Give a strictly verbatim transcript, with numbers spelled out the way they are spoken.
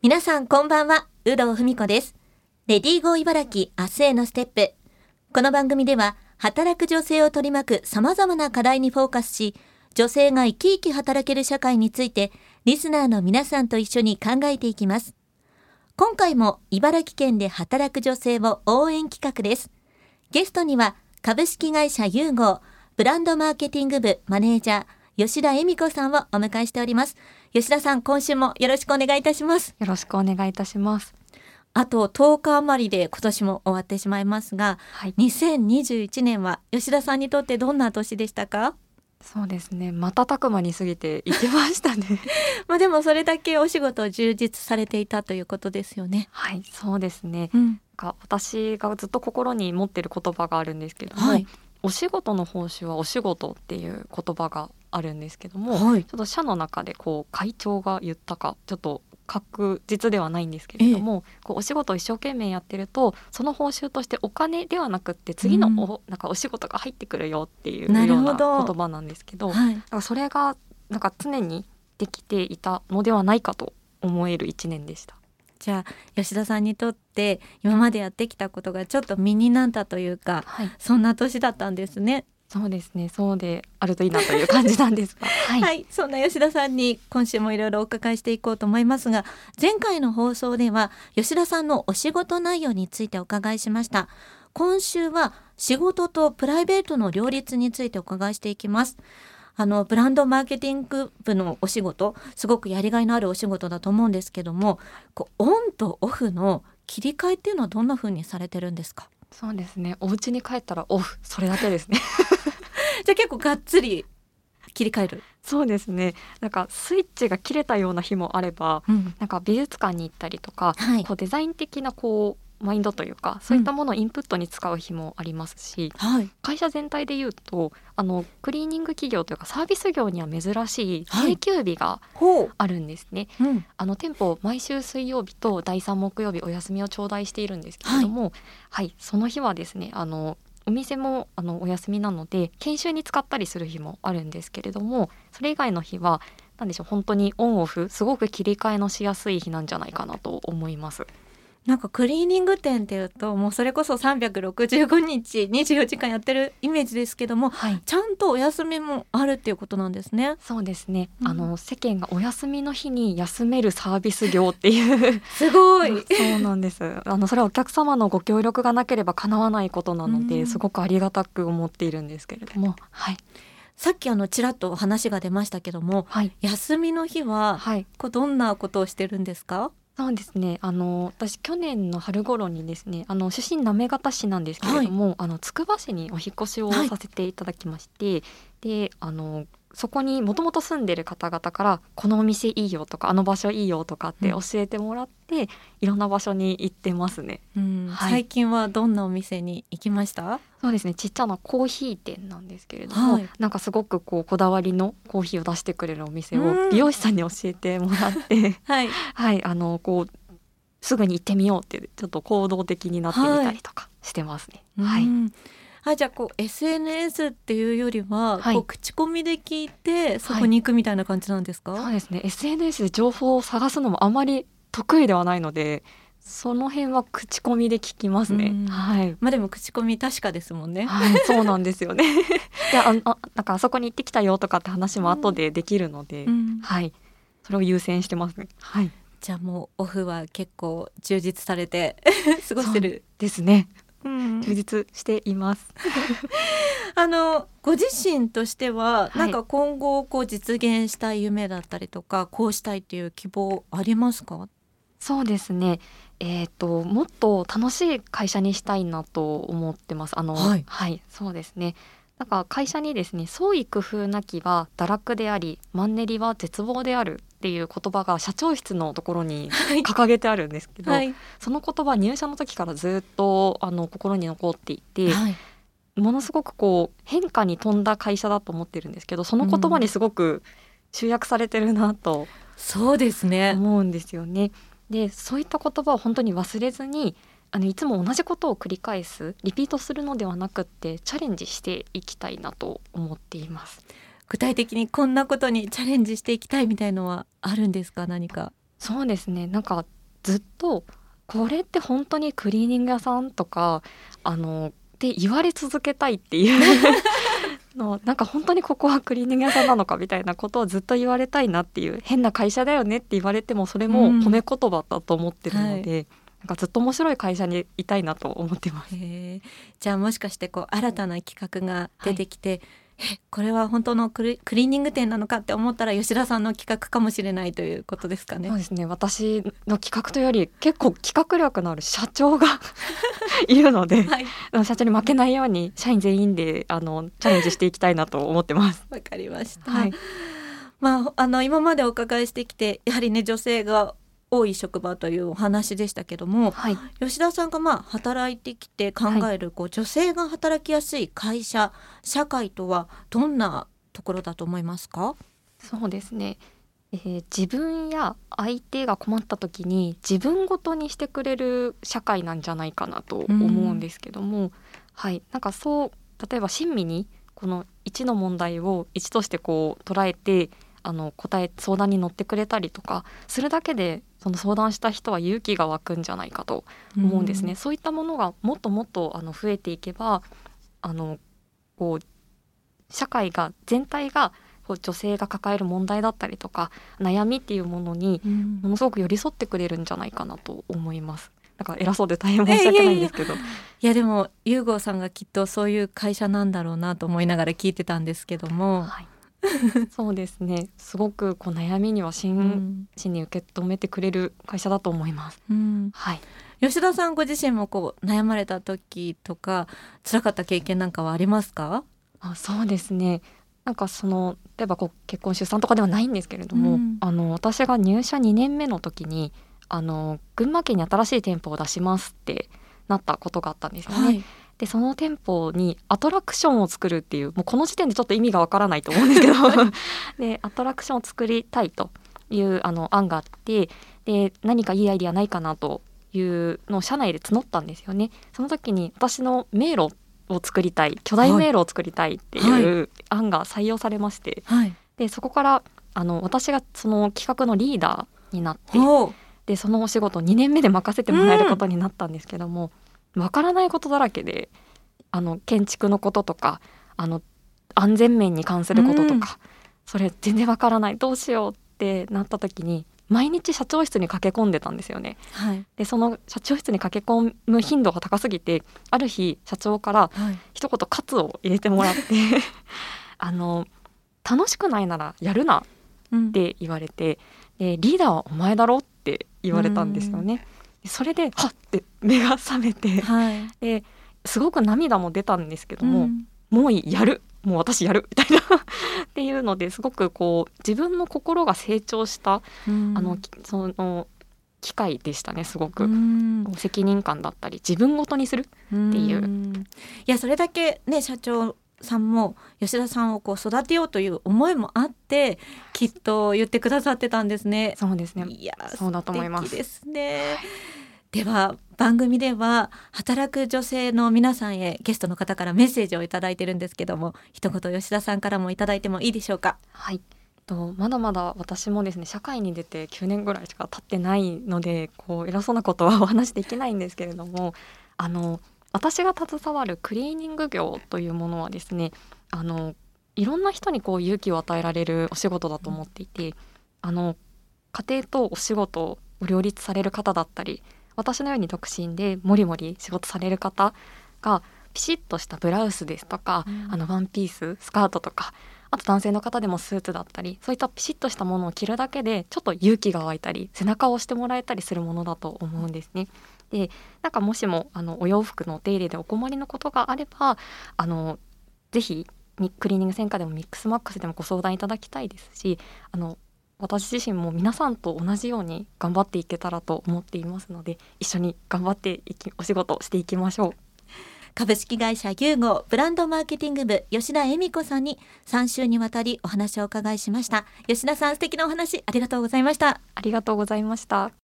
皆さんこんばんは、有働文子です。レディーゴー茨城、明日へのステップ。この番組では働く女性を取り巻く様々な課題にフォーカスし、女性が生き生き働ける社会についてリスナーの皆さんと一緒に考えていきます。今回も茨城県で働く女性を応援企画です。ゲストには株式会社ユーゴーブランドマーケティング部マネージャー吉田恵美子さんをお迎えしております。吉田さん、今週もよろしくお願いいたします。 よろしくお願いいたします。 あととおか余りで今年も終わってしまいますが、はい、にせんにじゅういちねんは吉田さんにとってどんな年でしたか？ そうですね、瞬く間に過ぎていきましたねまあでもそれだけお仕事を充実されていたということですよね。 はい、そうですね、 うん、 なんか私がずっと心に持っている言葉があるんですけども、はい、お仕事の報酬はお仕事っていう言葉があるんですけども、はい、ちょっと社の中でこう会長が言ったかちょっと確実ではないんですけれども、ええ、こうお仕事を一生懸命やってるとその報酬としてお金ではなくって次の お,、うん、なんかお仕事が入ってくるよっていうような言葉なんですけど、はい、だからそれがなんか常にできていたのではないかと思えるいちねんでした。 じゃあ吉田さんにとって今までやってきたことがちょっと身になったというか、はい、そんな年だったんですね。 そうですね、そうであるといいなという感じなんですが、 はい、はい、そんな吉田さんに今週もいろいろお伺いしていこうと思いますが、前回の放送では吉田さんのお仕事内容についてお伺いしました。今週は仕事とプライベートの両立についてお伺いしていきます。あのブランドマーケティング部のお仕事、すごくやりがいのあるお仕事だと思うんですけども、こうオンとオフの切り替えっていうのはどんな風にされてるんですか？ そうですね、お家に帰ったらオフ、それだけですねじゃあ結構がっつり切り替える？ そうですね、なんかスイッチが切れたような日もあれば、うん、なんか美術館に行ったりとか、はい、こうデザイン的なこうマインドというかそういったものをインプットに使う日もありますし、うんはい、会社全体でいうとあのクリーニング企業というかサービス業には珍しい定休日があるんですね、はいうん、あの店舗毎週水曜日とだいさん木曜日お休みを頂戴しているんですけれども、はいはい、その日はですねあのお店もあのお休みなので研修に使ったりする日もあるんですけれども、それ以外の日は何でしょう、本当にオンオフすごく切り替えのしやすい日なんじゃないかなと思います。 なんかクリーニング店っていうともうそれこそさんびゃくろくじゅうごにちにじゅうよじかんやってるイメージですけども、はい、ちゃんとお休みもあるっていうことなんですね。 そうですね、うん、あの世間がお休みの日に休めるサービス業っていうすごいそうなんです。あのそれはお客様のご協力がなければ叶わないことなので、うん、すごくありがたく思っているんですけれども、はい、 さっきあのちらっと話が出ましたけども、はい、休みの日は、はい、こうどんなことをしてるんですか？ そうですね、あの私去年の春頃にですね、あの出身行方市なんですけれども、はい、あのつくば市にお引越しをさせていただきまして、はい、であのそこにもともと住んでる方々からこのお店いいよとかあの場所いいよとかって教えてもらって、うん、いろんな場所に行ってますね、 うんはい、最近はどんなお店に行きました？ そうですね、ちっちゃなコーヒー店なんですけれども、はい、なんかすごくこうこだわりのコーヒーを出してくれるお店を美容師さんに教えてもらってはい、はい、あのこうすぐに行ってみようってちょっと行動的になってみたりとかしてますね、はい、はいあじゃあこう エスエヌエス っていうよりは、はい、こう口コミで聞いてそこに行くみたいな感じなんですか？ はい、そうですね、 エスエヌエス で情報を探すのもあまり得意ではないのでその辺は口コミで聞きますね、はい、 まあでも口コミ確かですもんね、 はい、そうなんですよねいや あ, あなんかあそこに行ってきたよとかって話も後でできるので、うんはい、それを優先してますね、はい、 じゃあもうオフは結構充実されて過ごしてるですね、うん、充実していますあのご自身としては、はい、なんか今後こう実現したい夢だったりとかこうしたいっていう希望ありますか？ そうですね、えーと、もっと楽しい会社にしたいなと思ってます。あの、はい、はい、そうですね。なんか会社にですね、創意工夫なきは堕落であり、マンネリは絶望であるっていう言葉が社長室のところに掲げてあるんですけど、はい、その言葉入社の時からずっとあの心に残っていて、はい、ものすごくこう変化に富んだ会社だと思ってるんですけど、その言葉にすごく集約されてるなと、うん、 そうですね、 思うんですよね。でそういった言葉を本当に忘れずにあのいつも同じことを繰り返すリピートするのではなくってチャレンジしていきたいなと思っています。 具体的にこんなことにチャレンジしていきたいみたいのはあるんですか？何か。 そうですね、なんかずっとこれって本当にクリーニング屋さんとかあのって言われ続けたいっていうのなんか本当にここはクリーニング屋さんなのかみたいなことをずっと言われたいなっていう、変な会社だよねって言われてもそれも褒め言葉だと思ってるので、うんはい、なんかずっと面白い会社にいたいなと思ってます。 へー、じゃあもしかしてこう新たな企画が出てきて、はい、えこれは本当のクリ、クリーニング店なのかって思ったら吉田さんの企画かもしれないということですかね。 そうですね、私の企画というより結構企画力のある社長がいるので、はい、社長に負けないように社員全員であのチャレンジしていきたいなと思ってます。 わかりました、はい。まあ、あの今までお伺いしてきてやはりね女性が多い職場というお話でしたけども、はい、吉田さんがまあ働いてきて考える、こう女性が働きやすい会社社会とはどんなところだと思いますか？ そうですね、えー、自分や相手が困った時に自分ごとにしてくれる社会なんじゃないかなと思うんですけども、はい、なんかそう例えば親身にこのいちの問題をいちとしてこう捉えてあの答え相談に乗ってくれたりとかするだけでその相談した人は勇気が湧くんじゃないかと思うんですね。そういったものがもっともっとあの増えていけばあのこう社会が全体がこう女性が抱える問題だったりとか悩みっていうものにものすごく寄り添ってくれるんじゃないかなと思います。なんか偉そうで大変申し訳ないんですけど、いやいやいや、 いやでもユーゴさんがきっとそういう会社なんだろうなと思いながら聞いてたんですけども、はい、 そうですね、すごくこう悩みには真摯に受け止めてくれる会社だと思います、うんはい、 吉田さんご自身もこう悩まれた時とか辛かった経験なんかはありますか？ あ、そうですね、なんかその例えばこう結婚出産とかではないんですけれども、うん、あの私が入社にねんめの時にあの群馬県に新しい店舗を出しますってなったことがあったんですよね、はい、でその店舗にアトラクションを作るっていう、もうこの時点でちょっと意味がわからないと思うんですけどでアトラクションを作りたいというあの案があって、で何かいいアイディアないかなというのを社内で募ったんですよね。その時に私の迷路を作りたい、巨大迷路を作りたいっていう案が採用されまして、はい、でそこからあの私がその企画のリーダーになって、でそのお仕事をにねんめで任せてもらえることになったんですけども、うん、わからないことだらけで、あの建築のこととかあの安全面に関することとか、うん、それ全然わからない、どうしようってなった時に毎日社長室に駆け込んでたんですよね、はい、でその社長室に駆け込む頻度が高すぎて、ある日社長から一言喝を入れてもらって、はい、あの楽しくないならやるなって言われて、うん、でリーダーはお前だろって言われたんですよね。でそれではって目が覚めて、はい、ですごく涙も出たんですけども、うん、もういい、やる、もう私やるみたいなっていうので、すごくこう自分の心が成長した、うん、あのその機会でしたね。すごく、うん、責任感だったり自分ごとにするっていう、うん、 いやそれだけね社長さんも吉田さんをこう育てようという思いもあってきっと言ってくださってたんですね。 そうですね、 いやそうだと思います。 素敵ですね、はい、では番組では働く女性の皆さんへゲストの方からメッセージをいただいてるんですけども、一言吉田さんからもいただいてもいいでしょうか？ はい、とまだまだ私もですね社会に出てきゅうねんぐらいしか経ってないので、こう偉そうなことはお話できないんですけれども、あの私が携わるクリーニング業というものはですね、あのいろんな人にこう勇気を与えられるお仕事だと思っていて、あの家庭とお仕事を両立される方だったり、私のように独身でもりもり仕事される方がピシッとしたブラウスですとか、うん、あのワンピーススカートとか、あと男性の方でもスーツだったり、そういったピシッとしたものを着るだけでちょっと勇気が湧いたり背中を押してもらえたりするものだと思うんですね。でなんかもしもあのお洋服のお手入れでお困りのことがあれば、あのぜひクリーニング専科でもミックスマックスでもご相談いただきたいですし、あの私自身も皆さんと同じように頑張っていけたらと思っていますので、一緒に頑張っていきお仕事していきましょう。 株式会社ユーゴブランドマーケティング部吉田恵美子さんにさん週にわたりお話をお伺いしました。吉田さん、素敵なお話ありがとうございました。 ありがとうございました。